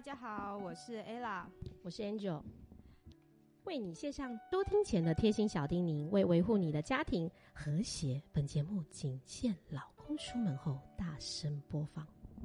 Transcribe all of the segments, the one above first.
大家好，我是 Ella， 我是 Angel， 为你献上收听前的贴心小叮咛，为维护你的家庭和谐，本节目仅限老公出门后大声播放。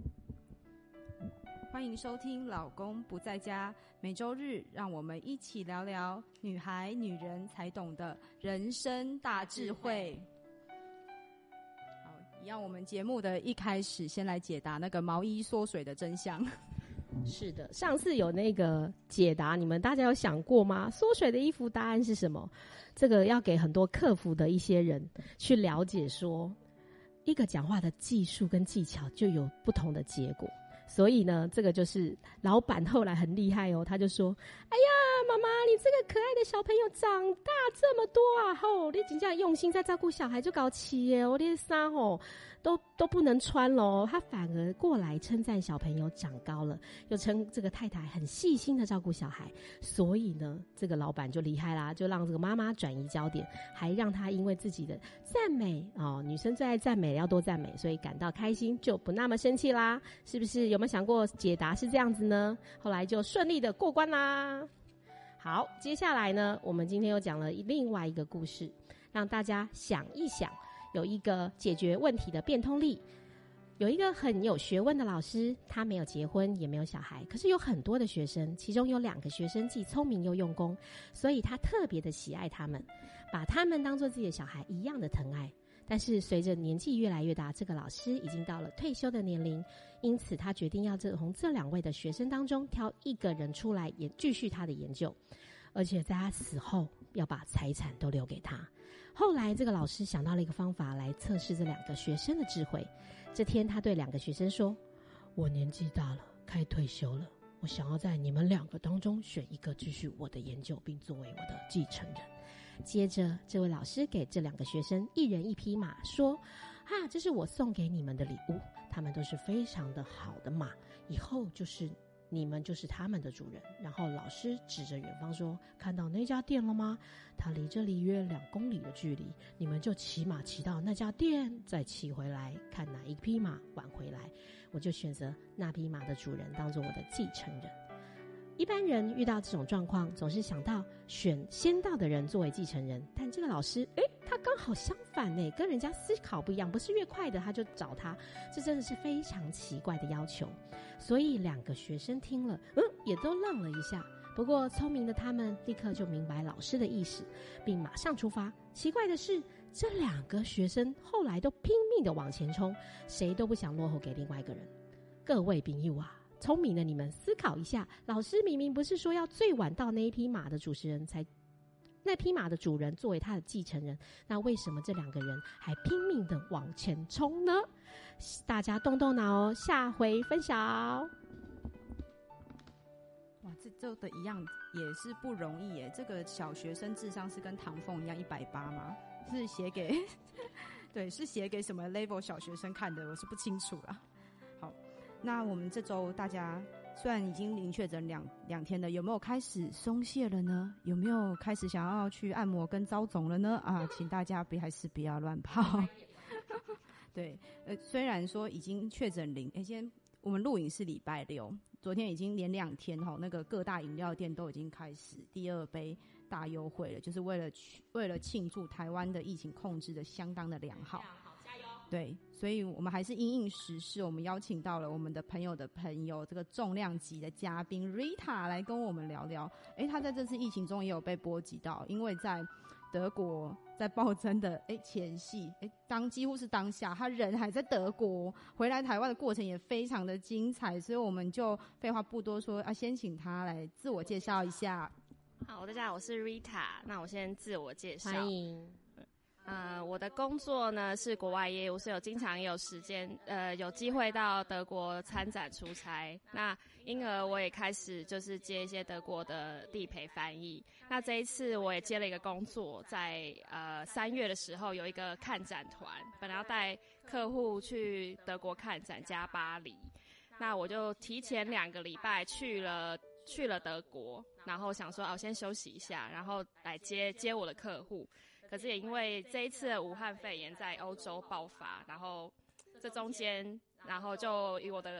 欢迎收听老公不在家，每周日让我们一起聊聊女孩女人才懂的人生大智慧。好，一样我们节目的一开始先来解答那个毛衣缩水的真相。 是的，上次有那个解答，你们大家有想过吗？缩水的衣服答案是什么？这个要给很多客服的一些人去了解说，一个讲话的技术跟技巧就有不同的结果。所以呢，这个就是老板后来很厉害哦，他就说：“哎呀，妈妈，你这个可爱的小朋友长大这么多啊，吼，你真正用心在照顾小孩就搞起耶，我的衫哦都不能穿咯。”他反而过来称赞小朋友长高了，又称这个太太很细心的照顾小孩。所以呢，这个老板就厉害啦，就让这个妈妈转移焦点，还让她因为自己的赞美哦，女生最爱赞美，要多赞美，所以感到开心，就不那么生气啦，是不是？有没有想过解答是这样子呢？后来就顺利的过关啦。好，接下来呢，我们今天又讲了另外一个故事，让大家想一想，有一个解决问题的变通力。有一个很有学问的老师，他没有结婚也没有小孩，可是有很多的学生，其中有2个学生既聪明又用功，所以他特别的喜爱他们，把他们当作自己的小孩一样的疼爱。但是随着年纪越来越大，这个老师已经到了退休的年龄，因此他决定要从这2位的学生当中挑一个人出来也继续他的研究，而且在他死后要把财产都留给他。后来这个老师想到了一个方法来测试这2个学生的智慧。这天他对2个学生说：“我年纪大了，该退休了，我想要在你们2个当中选一个继续我的研究，并作为我的继承人。”接着这位老师给这2个学生一人1匹马，说：“这是我送给你们的礼物，他们都是非常的好的马，以后你们就是他们的主人。”然后老师指着远方说：“看到那家店了吗？它离这里约2公里的距离，你们就骑马骑到那家店，再骑回来，看哪一匹马晚回来，我就选择那匹马的主人当做我的继承人。”一般人遇到这种状况，总是想到选先到的人作为继承人，但这个老师，他刚好相反呢，跟人家思考不一样，不是越快的他就找他，这真的是非常奇怪的要求。所以2个学生听了，也都愣了一下。不过聪明的他们立刻就明白老师的意思，并马上出发。奇怪的是，这2个学生后来都拼命的往前冲，谁都不想落后给另外一个人。各位朋友啊，聪明的你们思考一下，老师明明不是说要最晚到那一匹马的那匹马的主人作为他的继承人，那为什么这2个人还拼命的往前冲呢？大家动动脑哦，下回分享。 哇，这的一样也是不容易耶。这个小学生智商是跟唐凤一样180吗？是写给对，是写给什么 level 小学生看的，我是不清楚啦。好，那我们这周大家虽然已经零确诊两天了，有没有开始松懈了呢？有没有开始想要去按摩跟遭肿了呢？请大家还是不要乱跑。对，虽然说已经确诊零，今天我们录影是礼拜6，昨天已经连2天那个各大饮料店都已经开始第2杯大优惠了，就是为了庆祝台湾的疫情控制的相当的良好。对，所以我们还是因应时事，我们邀请到了我们的朋友的朋友，这个重量级的嘉宾 Rita 来跟我们聊聊。他在这次疫情中也有被波及到，因为在德国在暴增的前夕，几乎是当下，他人还在德国，回来台湾的过程也非常的精彩，所以我们就废话不多说，先请他来自我介绍一下。 好，大家好，我是 Rita， 那我先自我介绍。 欢迎。 我的工作呢是国外业务，所以经常有时间有机会到德国参展出差，那因而我也开始就是接一些德国的地陪翻译。那这一次我也接了一个工作，在3月的时候有一个看展团，本来要带客户去德国看展加巴黎，那我就提前2个礼拜去了德国，然后想说我先休息一下，然后来接我的客户。可是也因为这一次的武汉肺炎在欧洲爆发，然后这中间，然后就以我的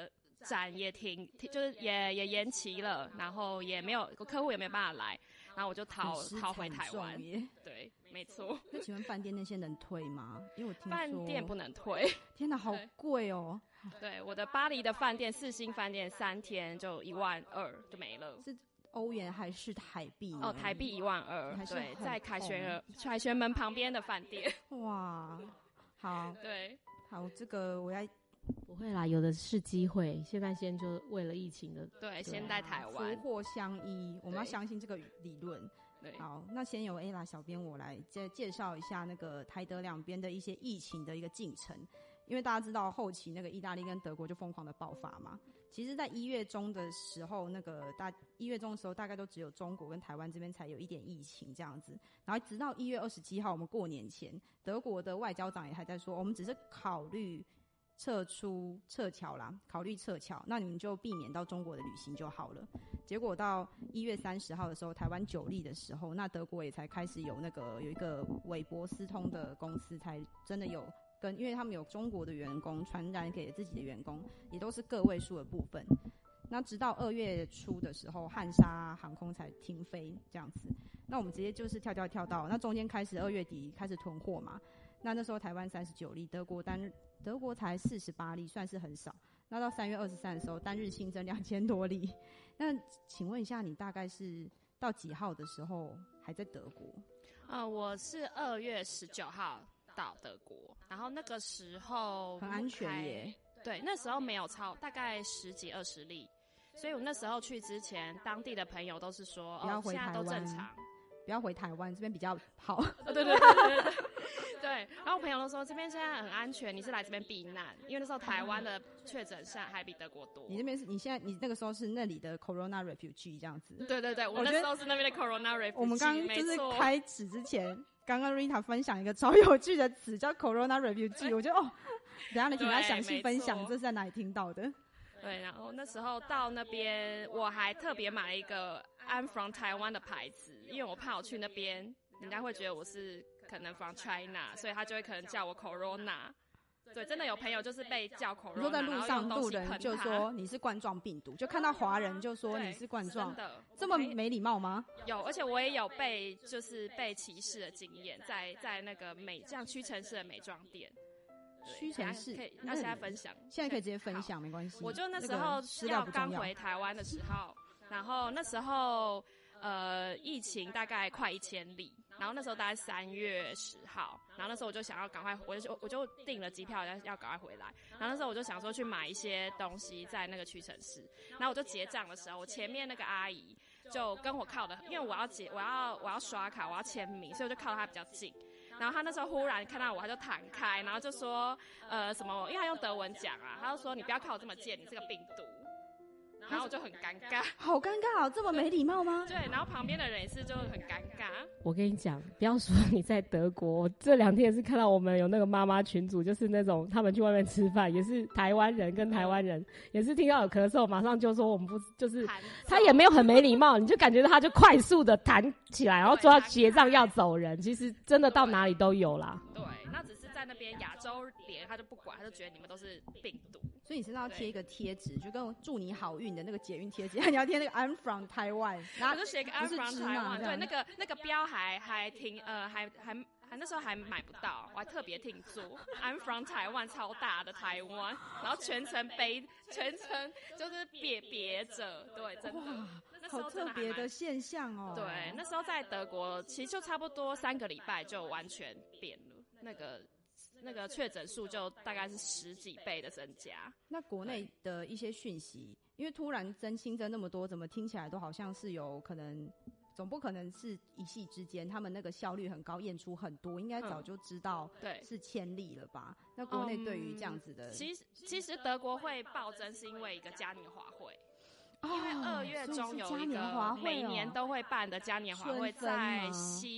展也就是也延期了，然后也没有客户也没有办法来，然后我就逃回台湾。对，没错。 那请问饭店那些能退吗？因为我听说饭店不能退。 天哪，好贵哦。 对，我的巴黎的饭店4星饭店3天就12000就没了。 是欧元还是台币？ 哦，台币12000。对，在凯旋门旁边的饭店。 哇，好， 对， 好，这个我要。 不会啦，有的是机会。现在先就为了疫情的， 对，先在台湾福祸相依，我们要相信这个理论。 对， 好，那先由 Ella 小编我来介绍一下那个台德两边的一些疫情的一个进程。因为大家知道后期那个意大利跟德国就疯狂的爆发嘛，其实在1月中的时候，1月中的时候大概都只有中国跟台湾这边才有一点疫情这样子，然后直到1月27号我们过年前，德国的外交长也还在说，我们只是考虑撤侨啦，考虑撤侨，那你们就避免到中国的旅行就好了。结果到1月30号的时候，台湾9例的时候，那德国也才开始有一个韦伯斯通的公司才真的有因为他们有中国的员工传染给自己的员工，也都是个位数的部分。那直到2月初的时候，汉莎航空才停飞这样子。那我们直接就是跳到那中间开始2月底开始囤货嘛。那时候台湾39例，德国才48例，算是很少。那到3月23的时候，单日新增2000多例。那请问一下，你大概是到几号的时候还在德国？ 我是2月19号到德国，然后那个时候很安全耶。 对，那时候没有大概10几20例，所以我那时候去之前，当地的朋友都是说，现在都正常， 不要回台湾，这边比较好。 对。对，然后我朋友都说这边现在很安全，你是来这边避难，因为那时候台湾的确诊现在还比德国多。 你那个时候是那里的 Corona Refugee 这样子。 对，我那时候是那边的 Corona Refugee。 我们刚就是开始之前，刚刚 Rita 分享一个超有趣的词叫 Corona Refugee， 我觉得等一下你请他详细分享，这是在哪里听到的？ 对，然后那时候到那边，我还特别买了一个 I'm from Taiwan 的牌子，因为我怕我去那边，人家会觉得我是可能 from China， 所以他就会可能叫我 Corona。对，真的有朋友就是被叫 Corona， 你说在路上路人就说你是冠状病毒，就看到华人就说你是冠状， 真的这么没礼貌吗？ 有，而且我也有被歧视的经验，在那个这样屈臣氏的美妆店。 屈臣氏可以，那现在分享， 现在可以直接分享，没关系。 我就那时候刚回台湾的时候，然后那时候疫情大概快1000例，然后那时候大概3月10号，然后那时候我就想要赶快，我就订了机票要赶快回来，然后那时候我就想说去买一些东西在那个屈臣氏，然后我就结账的时候，我前面那个阿姨就跟我靠的，因为我要刷卡，我要签名，所以我就靠她比较近。然后他那时候忽然看到我，他就弹开，然后就说什么，因为他用德文讲啊，他就说你不要靠我这么近，你是个病毒。然后我就很尴尬， 好尴尬哦，这么没礼貌吗？ 对，然后旁边的人也是就很尴尬。 我跟你讲，不要说你在德国，这2天也是看到我们有那个妈妈群组，就是那种他们去外面吃饭，也是台湾人跟台湾人，也是听到有咳嗽，马上就说我们不就是他也没有很没礼貌，你就感觉到他就快速的弹起来，然后说要结账要走人，其实真的到哪里都有啦。 对，那只是在那边亚洲脸他就不管，他就觉得你们都是病毒。 所以你身上要贴一个贴纸，就跟祝你好运的那个捷运贴纸，你要贴那个 I'm from Taiwan， 然后我就写个 I'm from Taiwan， 对，那个标还挺那时候还买不到，我还特别挺做 I'm from Taiwan 超大的台湾，然后全程就是别着，对，真的。 好特别的现象哦。 对，那时候在德国其实就差不多3个礼拜就完全变了，那个确诊数就大概是10几倍的增加。 那国内的一些讯息，因为突然新增那么多，怎么听起来都好像是有可能，总不可能是一夕之间，他们那个效率很高，验出很多，应该早就知道是1000例了吧？那国内对于这样子的， 其实德国会暴增是因为一个嘉年华会。因为2月中有一个每年都会办的嘉年华会，在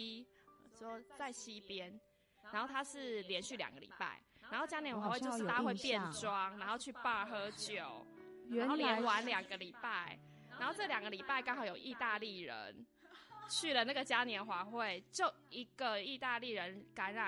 西边，然后它是连续2个礼拜，然后嘉年华会就是大家会变装，然后去 bar 喝酒，然后连玩2个礼拜，然后这2个礼拜刚好有意大利人去了那个嘉年华会，就一个意大利人感染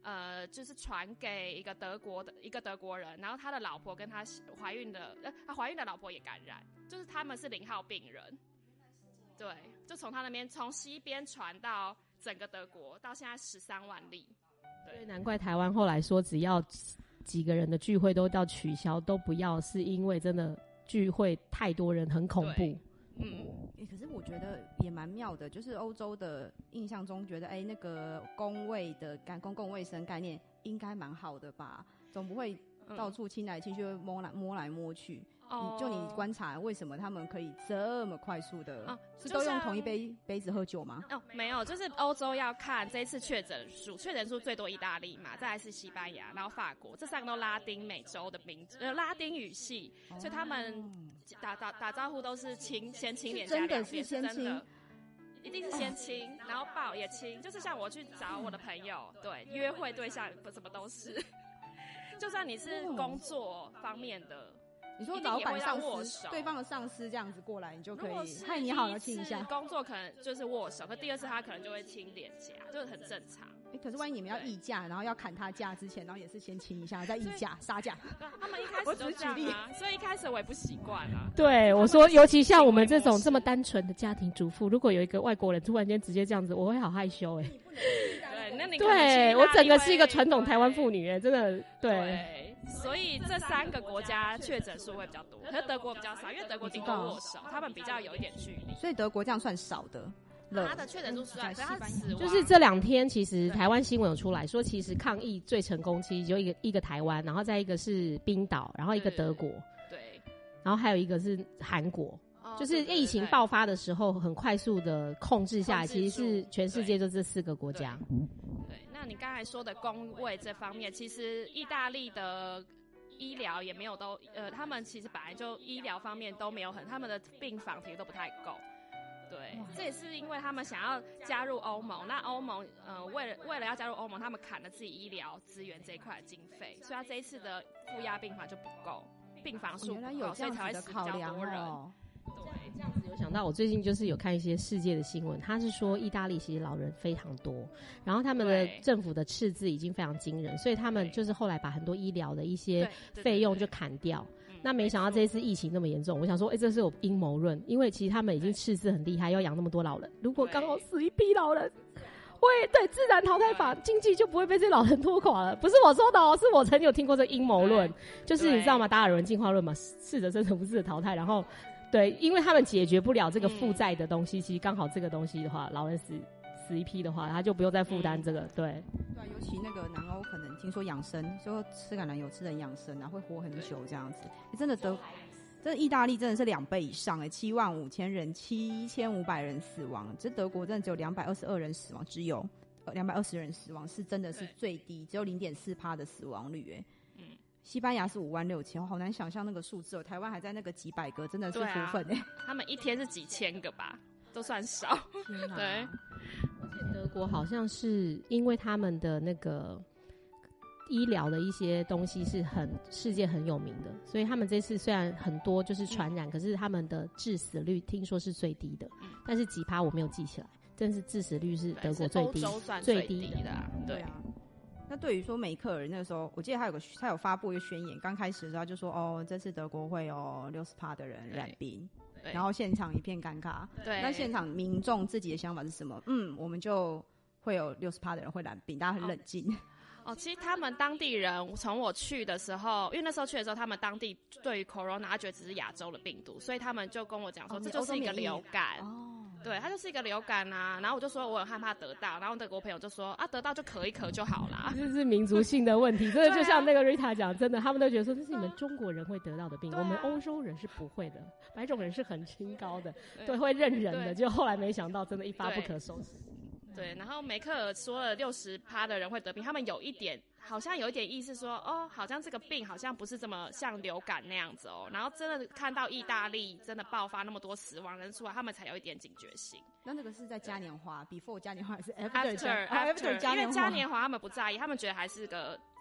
就是传给一个德国人，然后他的老婆跟他怀孕的老婆也感染，就是他们是0号病人。对，就从他那边从西边传到整个德国，到现在13万例。对， 难怪台湾后来说只要几个人的聚会都要取消，都不要，是因为真的聚会太多人很恐怖。 可是我觉得也蛮妙的，就是欧洲的印象中觉得，那个公共卫生概念应该蛮好的吧，总不会到处亲来亲去，摸来摸去。就你观察，为什么他们可以这么快速的？是都用同一杯子喝酒吗？ 没有，就是欧洲要看这一次确诊数最多意大利嘛，再来是西班牙，然后法国，这3个都拉丁美洲的拉丁语系，所以他们打招呼都是先亲脸颊， 真的是先亲。 一定是先亲，然后抱也亲，就是像我去找我的朋友，对，约会对象什么都是，就算你是工作方面的。 你说老板上司，对方的上司这样子过来，你就可以嗨你好，要亲一下。 工作可能就是握手，可第2次他可能就会亲脸颊，就是很正常。 可是万一你们要议价，然后要砍他价之前，然后也是先亲一下，再议价杀价。 他们一开始就这样啊，所以一开始我也不习惯啊。 对，我说，尤其像我们这种这么单纯的家庭主妇，如果有一个外国人突然间直接这样子，我会好害羞对，那你对我整个是一个传统台湾妇女真的对。 所以这3个国家确诊数会比较多，可是德国比较少，因为德国顶多握手，他们比较有一点距离。 所以德国这样算少的。 他的确诊数虽然他死亡， 就是这2天，其实台湾新闻有出来说，其实抗疫最成功，其实就一个台湾，然后再一个是冰岛，然后一个德国， 对， 然后还有一个是韩国。就是疫情爆发的时候，很快速的控制下来，其实是全世界就这4个国家。 对，那你刚才说的公卫这方面，其实意大利的医疗也没有他们其实本来就医疗方面都没有他们的病房其实都不太够。对，这也是因为他们想要加入欧盟，那欧盟为了要加入欧盟，他们砍了自己医疗资源这一块的经费，所以他这一次的负压病房就不够，病房数不够，所以才会死比较多人。 对，这样子有想到，我最近就是有看一些世界的新闻，他是说意大利其实老人非常多，然后他们的政府的赤字已经非常惊人，所以他们就是后来把很多医疗的一些费用就砍掉。那没想到这一次疫情那么严重，我想说，这是有阴谋论，因为其实他们已经赤字很厉害，要养那么多老人，如果刚好死一批老人，会对自然淘汰法，经济就不会被这些老人拖垮了。不是我说的是我曾经有听过这阴谋论，就是你知道吗？达尔文进化论嘛，适者生存，不适者淘汰，然后。对，因为他们解决不了这个负债的东西，其实刚好这个东西的话，老人死一批的话，他就不用再负担这个。对， 尤其那个南欧可能听说养生，说吃橄榄油吃人养生啊，会活很久这样子。真的意大利真的是2倍以上75000人，7500人死亡。这德国真的只有222人死亡，只有220人死亡，是真的是最低，只有0.4%的死亡率。西班牙是56000，我好难想象那个数字台湾还在那个几百个，真的是福分他们一天是几千个吧，都算少。对， 而且德国好像是因为他们的那个医疗的一些东西是世界很有名的，所以他们这次虽然很多就是传染，可是他们的致死率听说是最低的，但是几%我没有记起来，但是致死率是德国最低， 最低的。对啊。 那对于说梅克尔那个时候，我记得他有发布一个宣言，刚开始的时候他就说这次德国会有60%的人染病，然后现场一片尴尬。对，那现场民众自己的想法是什么？我们就会有60%的人会染病，大家很冷静。 其实他们当地人从我去的时候，因为那时候去的时候，他们当地对于 Corona 他觉得只是亚洲的病毒，所以他们就跟我讲说，这就是一个流感。对，它就是一个流感啊。然后我就说我很害怕得到，然后德国朋友就说得到就咳一咳就好啦。 这是民族性的问题，真的就像那个 Rita 讲，真的他们都觉得说这是你们中国人会得到的病，我们欧洲人是不会的，白种人是很清高的，对，会认人的，就后来没想到真的一发不可收拾。 对，然后梅克尔说了60%的人会得病，他们好像有一点意思说，好像这个病好像不是这么像流感那样子然后真的看到意大利真的爆发那么多死亡人数他们才有一点警觉性。 那个是在嘉年华 ，before 嘉年华还是 after 嘉年华？ 因为嘉年华他们不在意，他们觉得还是个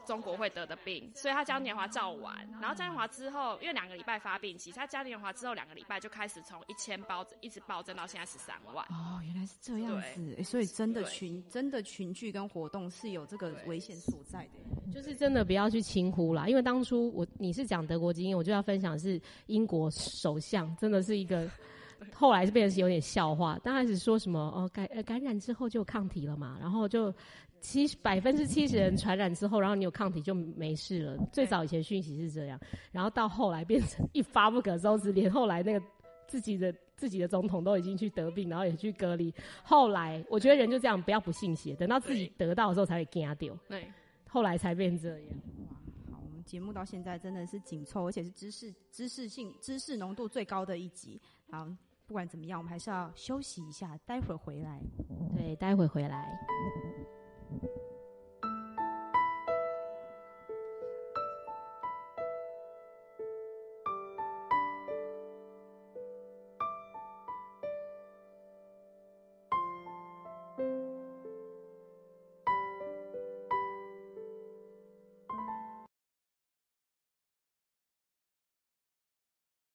中国会得的病，所以他嘉年华照完，然后嘉年华之后，因为2个礼拜发病期，他嘉年华之后2个礼拜就开始从1000包一直暴增到现在13万。 哦，原来是这样子，所以真的群聚跟活动是有这个危险所在的， 就是真的不要去轻忽啦。因为当初你是讲德国经验，我就要分享的是英国首相，真的是一个。后来是变成有点笑话，刚开始说什么感染之后就有抗体了嘛，然后就70%人传染之后，然后你有抗体就没事了。最早以前讯息是这样，然后到后来变成一发不可收拾，连后来那个自己的总统都已经去得病，然后也去隔离。后来我觉得人就这样，不要不信邪，等到自己得到的时候才会惊掉。对，后来才变这样。 哇，好，我们节目到现在真的是紧凑，而且是知识浓度最高的一集。好。不管怎么样，我们还是要休息一下，待会儿回来。 对，待会回来。